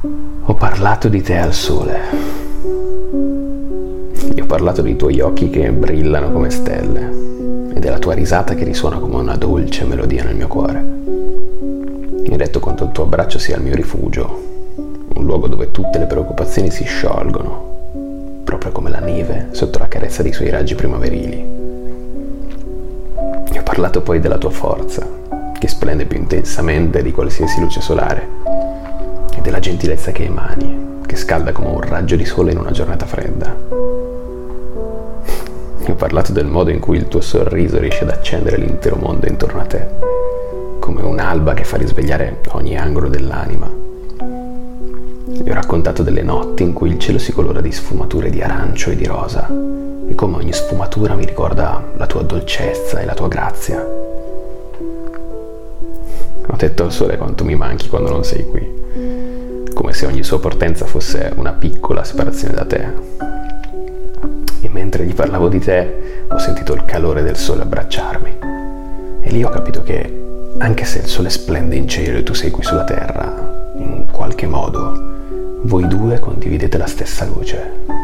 Ho parlato di te al sole. Gli ho parlato dei tuoi occhi che brillano come stelle e della tua risata che risuona come una dolce melodia nel mio cuore. Mi hai detto quanto il tuo abbraccio sia il mio rifugio, un luogo dove tutte le preoccupazioni si sciolgono, proprio come la neve sotto la carezza dei suoi raggi primaverili. Mi ho parlato poi della tua forza, che splende più intensamente di qualsiasi luce solare, e della gentilezza che emani, che scalda come un raggio di sole in una giornata fredda. Mi ho parlato del modo in cui il tuo sorriso riesce ad accendere l'intero mondo intorno a te, come un'alba che fa risvegliare ogni angolo dell'anima. Vi ho raccontato delle notti in cui il cielo si colora di sfumature di arancio e di rosa, e come ogni sfumatura mi ricorda la tua dolcezza e la tua grazia. Ho detto al sole quanto mi manchi quando non sei qui, come se ogni sua partenza fosse una piccola separazione da te. E mentre gli parlavo di te, ho sentito il calore del sole abbracciarmi. E lì ho capito che, anche se il sole splende in cielo e tu sei qui sulla terra, in qualche modo, voi due condividete la stessa luce.